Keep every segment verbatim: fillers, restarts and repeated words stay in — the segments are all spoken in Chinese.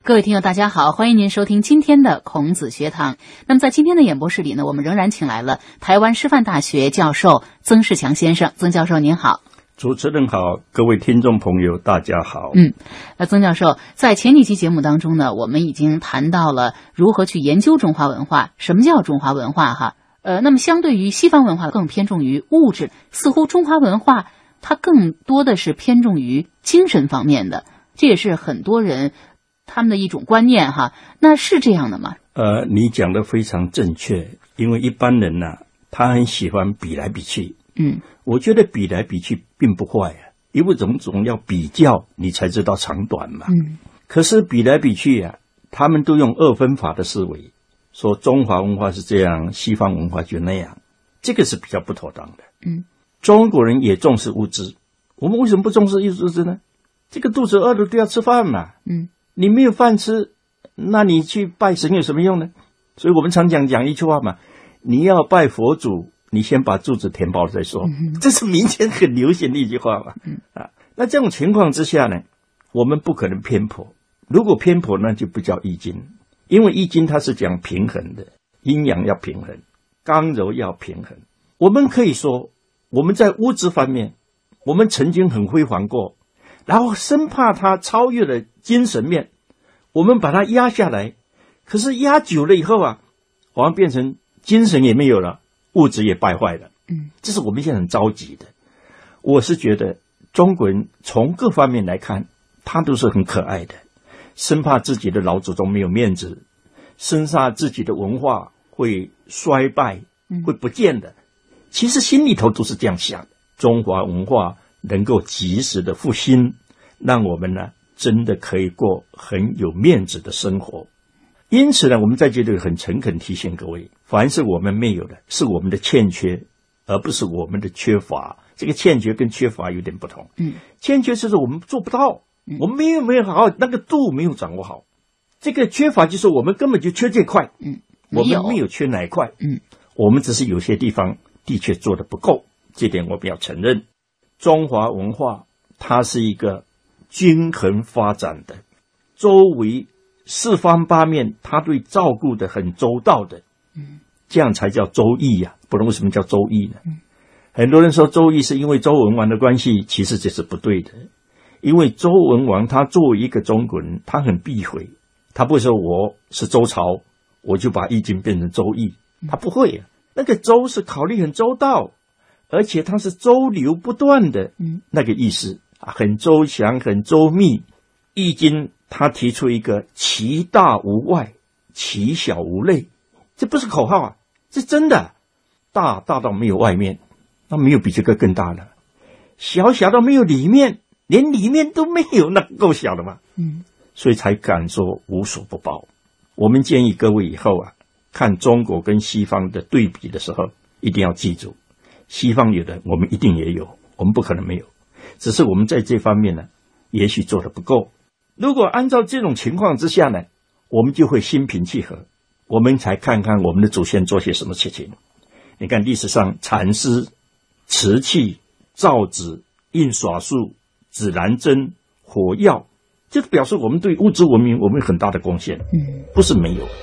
各位听友大家好，欢迎您收听今天的孔子学堂。那么在今天的演播室里呢，我们仍然请来了台湾师范大学教授曾仕强先生。曾教授您好。 主持人好，各位听众朋友大家好。 嗯，那曾教授，在前几期节目当中呢，我们已经谈到了如何去研究中华文化，什么叫中华文化哈？呃，那么相对于西方文化更偏重于物质，似乎中华文化它更多的是偏重于精神方面的，这也是很多人他们的一种观念哈，那是这样的吗？ 呃，你讲的非常正确，因为一般人呢、啊，他很喜欢比来比去。 嗯， 我觉得比来比去并不坏啊，因为总总要比较，你才知道长短嘛。 嗯， 可是比来比去啊，他们都用二分法的思维，说中华文化是这样，西方文化就那样，这个是比较不妥当的。 嗯， 中国人也重视物质，我们为什么不重视物质呢？这个肚子饿了都要吃饭嘛。 嗯。 你没有饭吃，那你去拜神有什么用呢？所以我们常讲讲一句话嘛，你要拜佛祖，你先把肚子填饱了再说。嗯、这是民间很流行的一句话嘛。 嗯、 啊，那这种情况之下呢，我们不可能偏颇。如果偏颇，那就不叫易经，因为易经它是讲平衡的，阴阳要平衡，刚柔要平衡。我们可以说，我们在物质方面，我们曾经很辉煌过。然后生怕它超越了精神面，我们把它压下来，可是压久了以后啊，好像变成精神也没有了，物质也败坏了。 嗯， 这是我们现在很着急的。我是觉得中国人从各方面来看，他都是很可爱的，生怕自己的老祖宗没有面子，生怕自己的文化会衰败，会不见的。其实心里头都是这样想的，中华文化能够及时的复兴，让我们呢真的可以过很有面子的生活。因此呢，我们在这里很诚恳提醒各位，凡是我们没有的，是我们的欠缺，而不是我们的缺乏。这个欠缺跟缺乏有点不同。 嗯， 欠缺就是我们做不到，嗯、我们没有没有好好那个度没有掌握好。这个缺乏就是我们根本就缺这块， 嗯， 我们没有缺哪一块， 嗯， 我们只是有些地方的确做得不够，这点我们要承认。中华文化它是一个均衡发展的，周围四方八面它对照顾的很周到的， 嗯， 这样才叫周易呀、啊。不然为什么叫周易呢？ 嗯， 很多人说周易是因为周文王的关系，其实这是不对的。因为周文王他作为一个中国人，他很避讳，他不会说我是周朝，我就把易经变成周易，他不会啊。那个周是考虑很周到。而且它是周流不断的那个意思，嗯、很周详很周密。易经它提出一个其大无外，其小无内，这不是口号啊，这真的。大大到没有外面，那没有比这个更大了。小小到没有里面，连里面都没有，那够小的嘛。 嗯， 所以才敢说无所不包。我们建议各位以后啊，看中国跟西方的对比的时候，一定要记住。西方有的我们一定也有，我们不可能没有，只是我们在这方面呢也许做得不够。如果按照这种情况之下呢，我们就会心平气和，我们才看看我们的祖先做些什么事情。你看历史上禅师、瓷器、造纸、印刷术、指南针、火药，这表示我们对物质文明我们有很大的贡献， 嗯， 不是没有。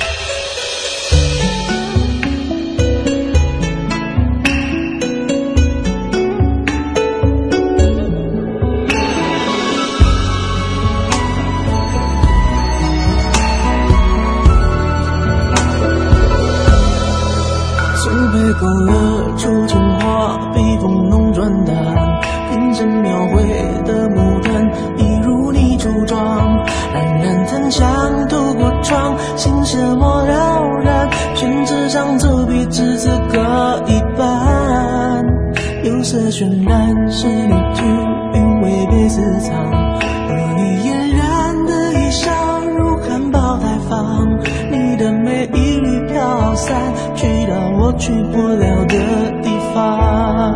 勾勒出情话，笔锋浓转淡，平生描绘的牡丹，一如你初妆，冉冉檀香透过窗，心事莫了然，宣纸上走笔只字各一半，釉色渲染是你句韵味被私藏，而你嫣然的一笑如含苞待放，你的美一缕飘散，去到我去不了的地方。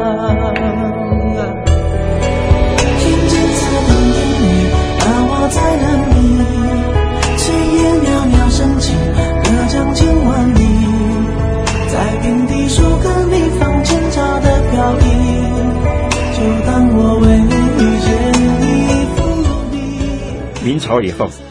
听见此等言语，而我在哪里？炊烟袅袅升起，隔江千万里，在平地数个地方前朝的飘逸，就当我为遇见你风如笔。 明朝以后，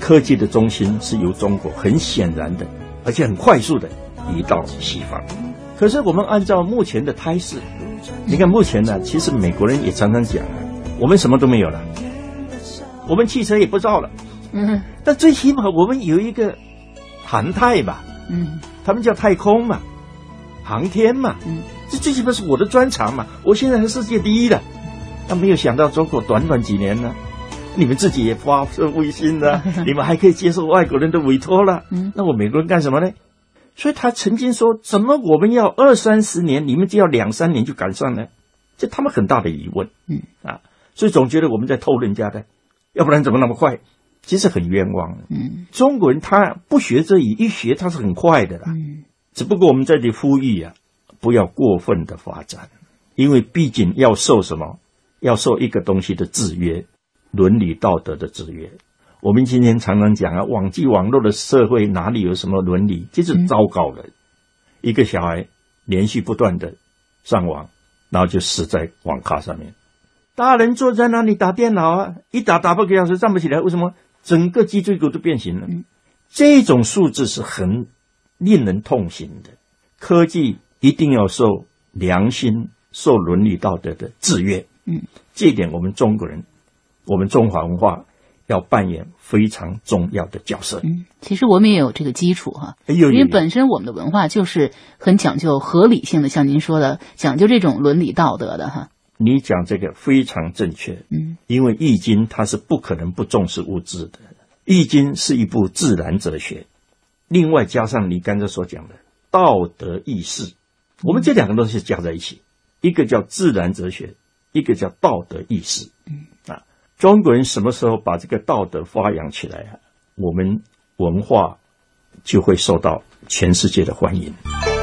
科技的中心是由中国很显然的，而且很快速的移到西方。可是我们按照目前的态势，你看目前呢，其实美国人也常常讲啊，我们什么都没有了，我们汽车也不造了，嗯，但最起码我们有一个航太吧，嗯，他们叫太空嘛，航天嘛，嗯，这最起码是我的专长嘛，我现在是世界第一的。那没有想到中国短短几年呢，你们自己也发射卫星了，你们还可以接受外国人的委托了，嗯，那我美国人干什么呢？所以他曾经说，怎么我们要二三十年，你们就要两三年就赶上呢？这他们很大的疑问，嗯啊，所以总觉得我们在偷人家的，要不然怎么那么快？其实很冤枉的。嗯，中国人他不学这一，一学他是很快的啦。嗯，只不过我们在这里呼吁啊，不要过分的发展，因为毕竟要受什么？要受一个东西的制约，伦理道德的制约。我们今天常常讲啊，网际网络的社会哪里有什么伦理？这是糟糕的。嗯、一个小孩连续不断的上网，然后就死在网咖上面。大人坐在那里打电脑啊，一打打半个小时站不起来，为什么？整个脊椎骨都变形了。嗯、这种数字是很令人痛心的。科技一定要受良心、受伦理道德的制约。嗯，这一点我们中国人，我们中华文化要扮演非常重要的角色。 嗯，其实我们也有这个基础哈，哎、因为本身我们的文化就是很讲究合理性的，像您说的，讲究这种伦理道德的哈。 你讲这个非常正确，嗯，因为《易经》它是不可能不重视物质的，《易经》是一部自然哲学，另外加上你刚才所讲的道德意识，我们这两个东西加在一起，一个叫自然哲学，一个叫道德意识。嗯啊，中国人什么时候把这个道德发扬起来啊，我们文化就会受到全世界的欢迎。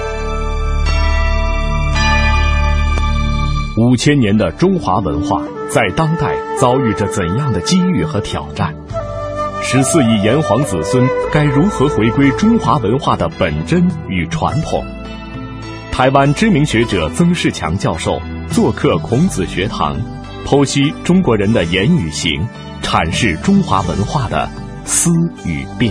五千年的中华文化在当代遭遇着怎样的机遇和挑战？十四亿炎黄子孙该如何回归中华文化的本真与传统？台湾知名学者曾仕强教授做客孔子学堂，剖析中国人的言与行，阐释中华文化的思与变。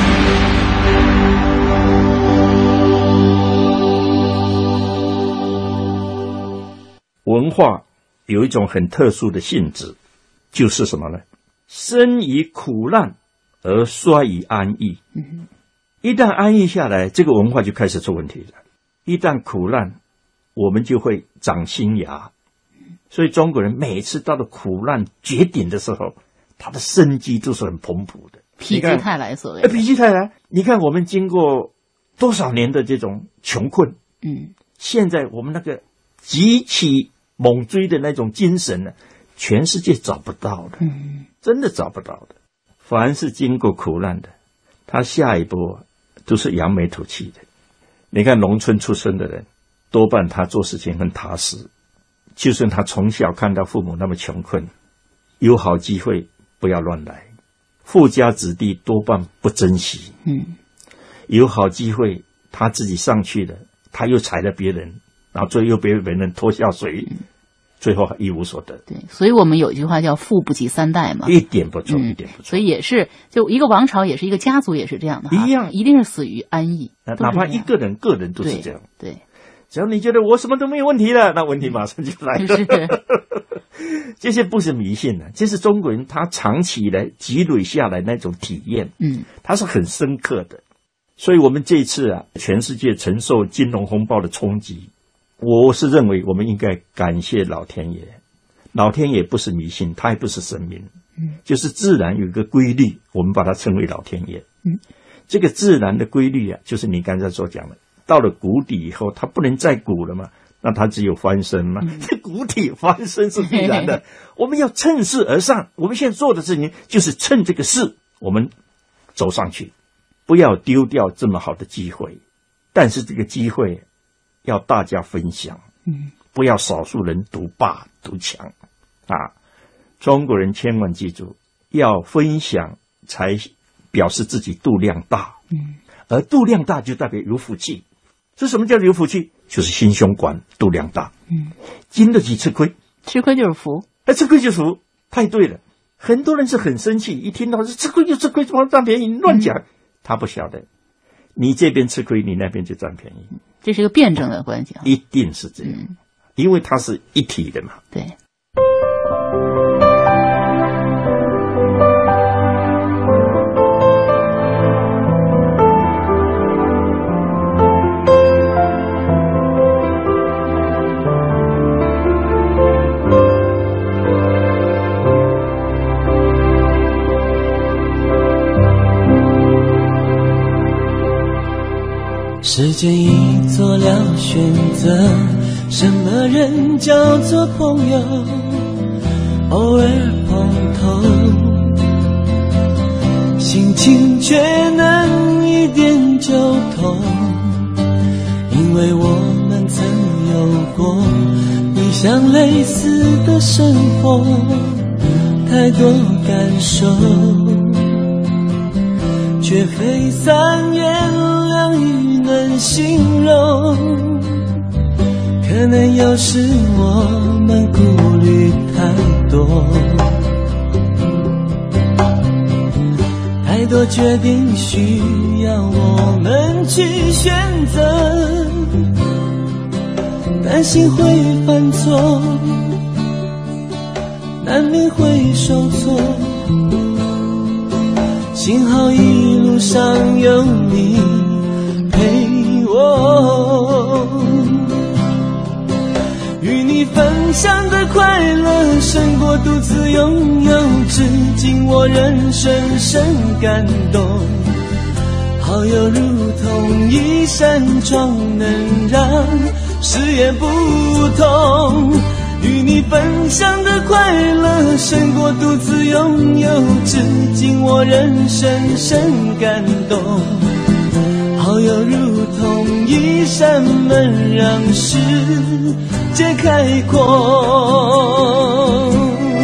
文化有一种很特殊的性质，就是什么呢？生于苦难而衰于安逸。嗯、一旦安逸下来，这个文化就开始出问题了。一旦苦难，我们就会长新芽。所以中国人每次到了苦难绝顶的时候，他的生机都是很蓬勃的， 否极泰来所谓。 否极泰来，你看我们经过多少年的这种穷困，嗯，现在我们那个极其猛追的那种精神呢，全世界找不到的，嗯，真的找不到的。凡是经过苦难的，他下一步都是扬眉吐气的。你看农村出生的人，多半他做事情很踏实，就算他从小看到父母那么穷困，有好机会不要乱来。富家子弟多半不珍惜，嗯，有好机会他自己上去了，他又踩了别人，然后最后又被别人拖下水，嗯，最后一无所得。 对，所以我们有一句话叫富不及三代嘛， 一点不错，嗯、一点不错。 所以也是，就一个王朝也是一个家族也是这样的哈， 一样， 一定是死于安逸， 哪怕一个人个人都是这样。 对，对， 只要你觉得我什么都没有问题了，那问题马上就来了。是这些不是迷信的，这是中国人他长期以来积累下来那种体验，嗯，它是很深刻的。所以我们这一次啊，全世界承受金融风暴的冲击，我是认为我们应该感谢老天爷。老天爷不是迷信，他也不是神明，嗯，就是自然有一个规律，我们把它称为老天爷。嗯，这个自然的规律啊，就是你刚才所讲的，到了谷底以后，它不能再谷了嘛，那它只有翻身嘛。嗯、这谷底翻身是必然的，我们要趁势而上。我们现在做的事情就是趁这个势，我们走上去，不要丢掉这么好的机会。但是这个机会要大家分享，嗯，不要少数人独霸独强啊！中国人千万记住，要分享才表示自己度量大，嗯，而度量大就代表有福气。这什么叫有福气？就是心胸广，度量大，嗯，经得起吃亏， 吃亏就是福， 哎，吃亏就是福，太对了。 很多人是很生气，一听到是吃亏就吃亏，怎么占便宜，乱讲、嗯。他不晓得，你这边吃亏，你那边就占便宜， 这是一个辩证的关系啊， 一定是这样，嗯、因为它是一体的嘛。 对。 时间已做了选择，什么人叫做朋友？偶尔碰头，心情却能一点就通。因为我们曾有过一项类似的生活，太多感受，却非三言两语能形容。可能有时我们顾虑太多，太多决定需要我们去选择，担心会犯错，难免会受挫，幸好一路上有你陪我，与你分享的快乐胜过独自拥有，至今我仍深深感动。好友如同一扇窗，能让视野不同，与你分享的快乐胜过独自拥有，至今我仍深深感动。好友如同一扇门，让世界开阔。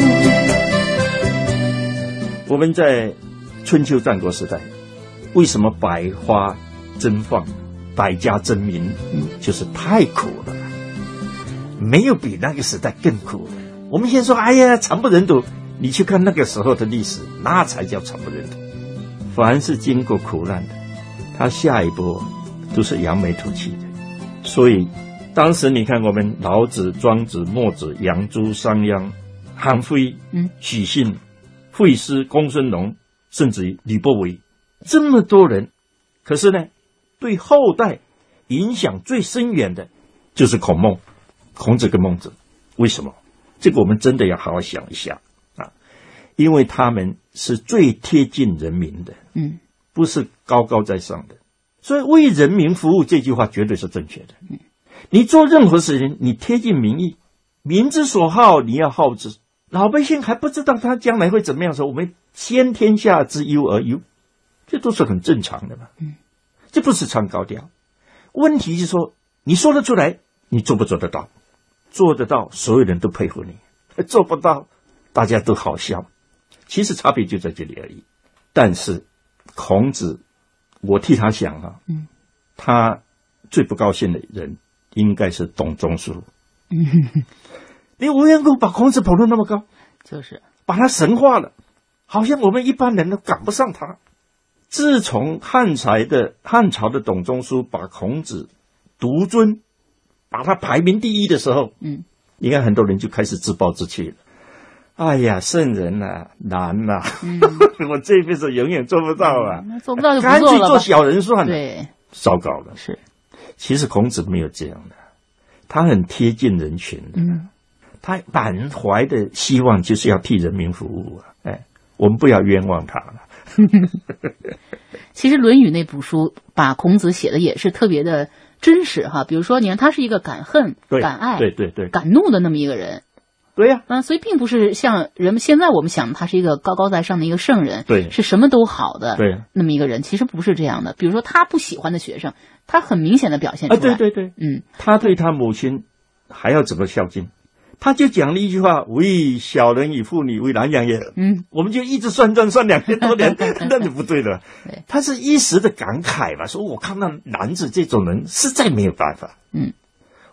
我们在春秋战国时代，为什么百花争放，百家争鸣？就是太苦了，没有比那个时代更苦的。我们先说，哎呀，惨不忍睹。你去看那个时候的历史，那才叫惨不忍睹。凡是经过苦难的，他下一步都是扬眉吐气的。所以当时你看，我们老子、庄子、墨子、杨朱、商鞅、韩非、嗯、许信、惠施、公孙龙，甚至于吕不韦，这么多人，可是呢，对后代影响最深远的就是孔孟，孔子跟孟子。为什么？这个我们真的要好好想一下啊，因为他们是最贴近人民的，嗯，不是高高在上的。所以为人民服务这句话绝对是正确的。嗯，你做任何事情，你贴近民意，民之所好，你要好之。老百姓还不知道他将来会怎么样的时候，我们先天下之忧而忧，这都是很正常的嘛。嗯，这不是唱高调。问题是说，你说得出来，你做不做得到？做得到，所有人都佩服你；做不到，大家都好笑。其实差别就在这里而已。但是孔子，我替他想啊，嗯，他最不高兴的人应该是董仲舒。嗯，你无缘故把孔子捧得那么高， 就是把他神化了，好像我们一般人都赶不上他。自从汉朝的汉朝的董仲舒把孔子独尊，把他排名第一的时候，嗯，你看很多人就开始自暴自弃了。哎呀，圣人啊，难啊！嗯、我这辈子永远做不到啊， 嗯、做不到就不做了吧， 干脆做小人算了。 对， 糟糕了。 是， 其实孔子没有这样的，他很贴近人群的，嗯，他满怀的希望就是要替人民服务啊。哎，我们不要冤枉他了。 其实《论语》那部书把孔子写的也是特别的真实哈，比如说，你看他是一个敢恨、敢爱、 对对对、 敢怒的那么一个人。 对呀、 啊，嗯，所以并不是像人们现在我们想他是一个高高在上的一个圣人， 对， 是什么都好的， 对， 那么一个人，其实不是这样的。比如说他不喜欢的学生，他很明显的表现出来， 啊，对对对，嗯，他对他母亲还要怎么孝敬？他就讲了一句话：“为小人以妇女为难养也。”嗯，我们就一直算账算两千多年，那就不对了。他是一时的感慨嘛，说我看到男子这种人实在没有办法。嗯，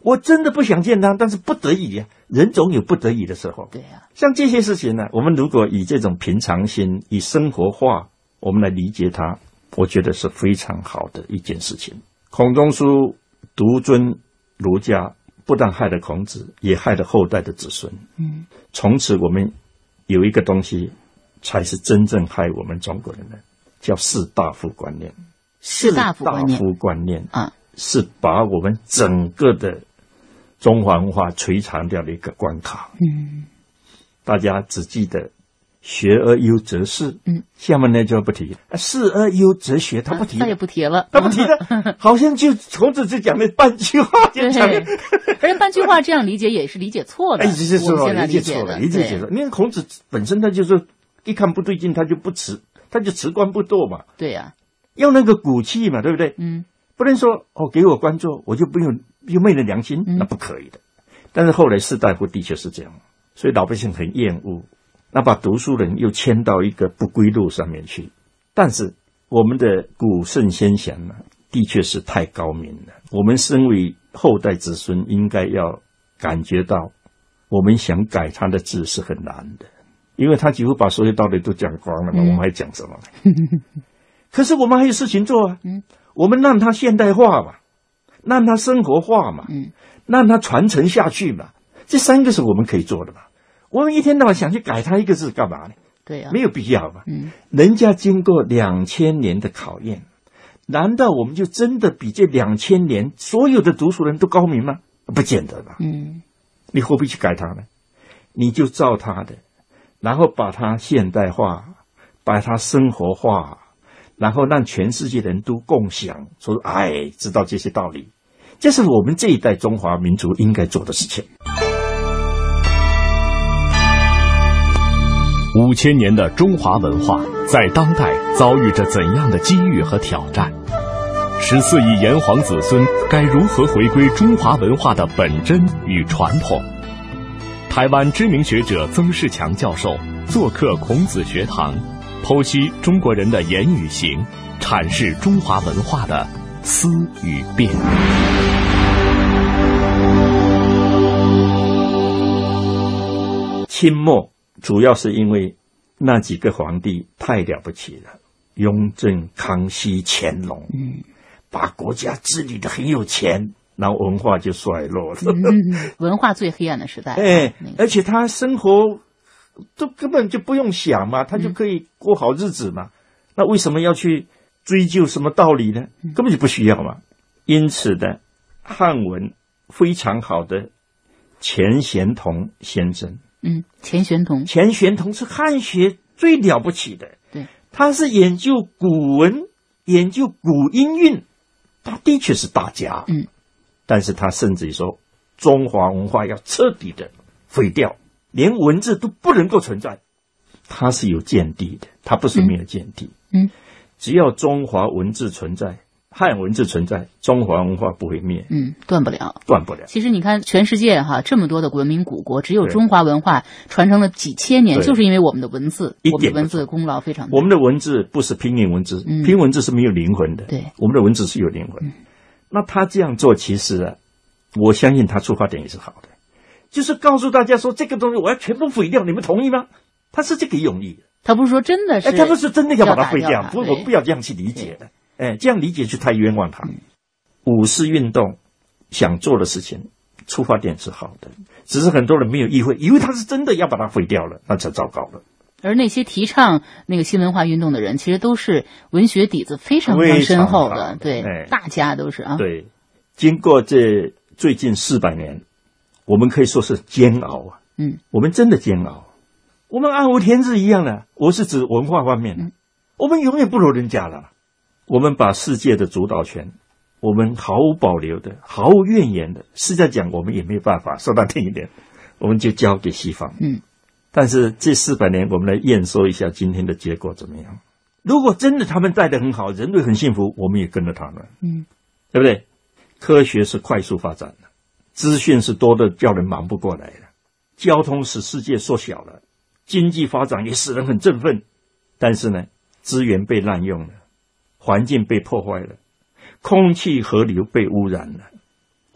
我真的不想见他，但是不得已啊，人总有不得已的时候。 对呀、啊， 像这些事情呢，我们如果以这种平常心，以生活化，我们来理解它，我觉得是非常好的一件事情。孔中书独尊儒家，不但害了孔子，也害了后代的子孙。嗯，从此我们有一个东西，才是真正害我们中国人的，叫士大夫观念。 士大夫观念， 士大夫观念啊， 是把我们整个的中华文化摧残掉的一个关卡。嗯，大家只记得学而优则仕，嗯，下面呢就不提仕而优则学，他不提， 他也不提了， 他不提了，好像就孔子只讲了半句话就讲了， 而且半句话这样理解也是理解错的， 哎，这是错了， 理解错了，理解错了。因为孔子本身他就是一看不对劲，他就不辞，他就辞官不做嘛， 对呀、啊， 要那个骨气嘛，对不对？ 嗯， 不能说哦，给我官做，我就不用又昧了良心，嗯、那不可以的。但是后来士大夫的确是这样，所以老百姓很厌恶。那把读书人又牵到一个不归路上面去，但是我们的古圣先贤呢，的确是太高明了。我们身为后代子孙，应该要感觉到，我们想改他的字是很难的，因为他几乎把所有道理都讲光了嘛，嗯、我们还讲什么？可是我们还有事情做啊，嗯、我们让他现代化嘛，让他生活化嘛，嗯、让他传承下去嘛，这三个是我们可以做的嘛。我们一天到晚想去改他一个字干嘛呢？ 对呀、啊， 没有必要嘛。 嗯， 人家经过两千年的考验，难道我们就真的比这两千年所有的读书人都高明吗？不见得吧。 嗯， 你何必去改他呢？你就照他的，然后把它现代化，把它生活化，然后让全世界人都共享，说哎，知道这些道理，这是我们这一代中华民族应该做的事情。 五千年的中华文化在当代遭遇着怎样的机遇和挑战？十四亿炎黄子孙该如何回归中华文化的本真与传统？台湾知名学者曾仕强教授做客孔子学堂，剖析中国人的言与行，阐释中华文化的思与变。 清末主要是因为那几个皇帝太了不起了，雍正、康熙、乾隆，嗯，把国家治理得很有钱，然后文化就衰落了， 嗯、文化最黑暗的时代。 哎，那个、而且他生活都根本就不用想嘛，他就可以过好日子嘛。嗯、那为什么要去追究什么道理呢？根本就不需要嘛。因此呢，汉文非常好的钱玄同先生。 嗯，钱玄同， 钱玄同是汉学最了不起的。 对， 他是研究古文，研究古音韵，他的确是大家。 嗯， 但是他甚至于说，中华文化要彻底的废掉，连文字都不能够存在。他是有见地的，他不是没有见地。 嗯， 只要中华文字存在，汉文字存在，中华文化不会灭。 嗯，断不了， 断不了。 其实你看，全世界哈这么多的文明古国，只有中华文化传承了几千年，就是因为我们的文字，我们的文字功劳非常大。 我们的文字不是拼音文字，嗯、拼音文字是没有灵魂的。 对， 我们的文字是有灵魂。嗯、那他这样做，其实啊，我相信他出发点也是好的，就是告诉大家说，这个东西我要全部毁掉，你们同意吗？他是这个用意。 他不是说真的是， 哎，他不是真的要把它废掉，不，我不要这样去理解的。哎，这样理解就太冤枉他。嗯、五四运动想做的事情，出发点是好的，只是很多人没有意会，以为他是真的要把它废掉了，那才糟糕了。 而那些提倡那个新文化运动的人，其实都是文学底子非常非常深厚的，对，哎、大家都是啊。 对，经过这最近四百年，我们可以说是煎熬啊。 嗯， 我们真的煎熬。我们暗无天日一样的，我是指文化方面的，嗯、我们永远不如人家了。我们把世界的主导权，我们毫无保留的、毫无怨言的，实在讲，我们也没有办法，说难听一点，我们就交给西方。 嗯， 但是这四百年，我们来验收一下今天的结果怎么样？如果真的他们带得很好，人类很幸福，我们也跟着他们。 嗯， 对不对？科学是快速发展的，资讯是多的叫人忙不过来的，交通使世界缩小了。经济发展也使人很振奋，但是呢，资源被滥用了，环境被破坏了，空气河流被污染了。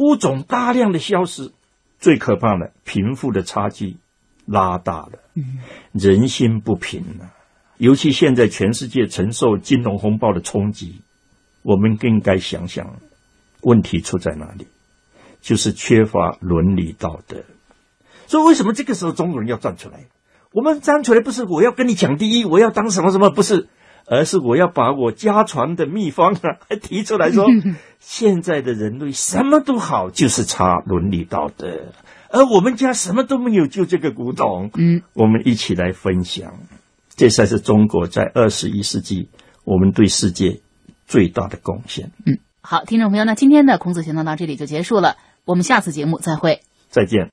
物种大量的消失，最可怕的，贫富的差距拉大了，嗯、人心不平啊。尤其现在全世界承受金融风暴的冲击，我们更该想想问题出在哪里，就是缺乏伦理道德。所以为什么这个时候中国人要站出来？我们站出来不是我要跟你讲第一，我要当什么什么，不是，而是我要把我家传的秘方啊还提出来说，现在的人类什么都好，就是差伦理道德，而我们家什么都没有，就这个古董。嗯，我们一起来分享，这才是中国在二十一世纪我们对世界最大的贡献。 嗯，好，听众朋友，那今天的孔子学堂到这里就结束了，我们下次节目再会， 再见。